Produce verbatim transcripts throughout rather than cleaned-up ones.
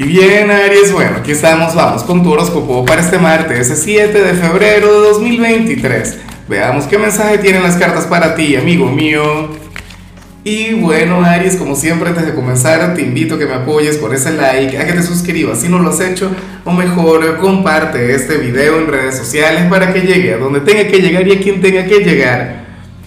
Bien, Aries, bueno, aquí estamos, vamos con tu horóscopo para este martes, siete de febrero de dos mil veintitrés. Veamos qué mensaje tienen las cartas para ti, amigo mío. Y bueno, Aries, como siempre, antes de comenzar, te invito a que me apoyes con ese like, a que te suscribas si no lo has hecho, o mejor, comparte este video en redes sociales para que llegue a donde tenga que llegar y a quien tenga que llegar.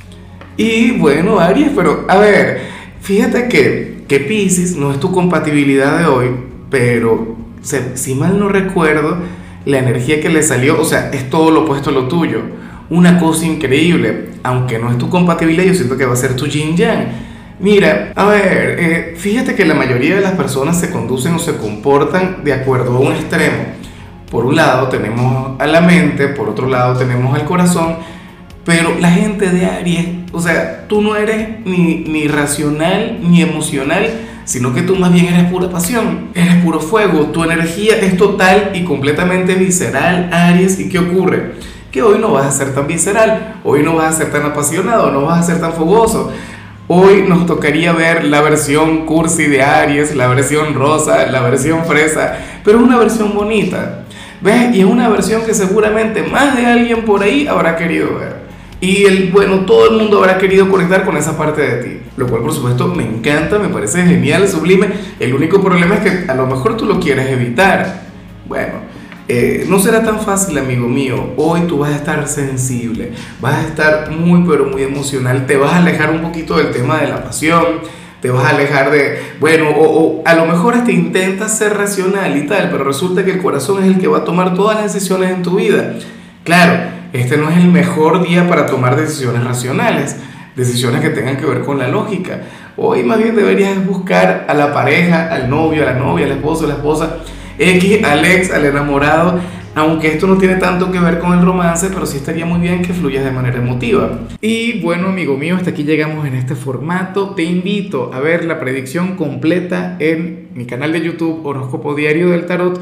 Y bueno, Aries, pero a ver, fíjate que, que Piscis no es tu compatibilidad de hoy, pero se- si mal no recuerdo, la energía que le salió, o sea, es todo lo opuesto a lo tuyo. Una cosa increíble, aunque no es tu compatibilidad, yo siento que va a ser tu yin yang. Mira, a ver, eh, fíjate que la mayoría de las personas se conducen o se comportan de acuerdo a un extremo. Por un lado tenemos a la mente, por otro lado tenemos al corazón, pero la gente de Aries, o sea, tú no eres ni, ni racional ni emocional, sino que tú más bien eres pura pasión, eres puro fuego, tu energía es total y completamente visceral, Aries. ¿Y qué ocurre? Que hoy no vas a ser tan visceral, hoy no vas a ser tan apasionado, no vas a ser tan fogoso. Hoy nos tocaría ver la versión cursi de Aries, la versión rosa, la versión fresa, pero es una versión bonita, ¿ves? Y es una versión que seguramente más de alguien por ahí habrá querido ver. Y el, bueno, todo el mundo habrá querido conectar con esa parte de ti, lo cual por supuesto me encanta, me parece genial, sublime. El único problema es que a lo mejor tú lo quieres evitar. Bueno, eh, no será tan fácil, amigo mío. Hoy tú vas a estar sensible, vas a estar muy pero muy emocional, te vas a alejar un poquito del tema de la pasión, te vas a alejar de, bueno, o, o a lo mejor hasta intentas ser racional y tal, pero resulta que el corazón es el que va a tomar todas las decisiones en tu vida. Claro, este no es el mejor día para tomar decisiones racionales, decisiones que tengan que ver con la lógica. Hoy más bien deberías buscar a la pareja, al novio, a la novia, al esposo, a la esposa, X, al ex, al enamorado, aunque esto no tiene tanto que ver con el romance, pero sí estaría muy bien que fluyas de manera emotiva. Y bueno, amigo mío, hasta aquí llegamos en este formato. Te invito a ver la predicción completa en mi canal de YouTube Horóscopo Diario del Tarot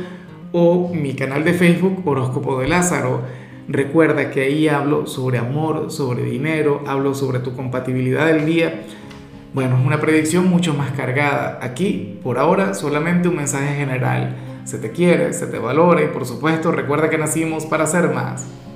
o mi canal de Facebook Horóscopo de Lázaro. Recuerda que ahí hablo sobre amor, sobre dinero, hablo sobre tu compatibilidad del día. Bueno, es una predicción mucho más cargada. Aquí, por ahora, solamente un mensaje general. Se te quiere, se te valora y por supuesto recuerda que nacimos para ser más.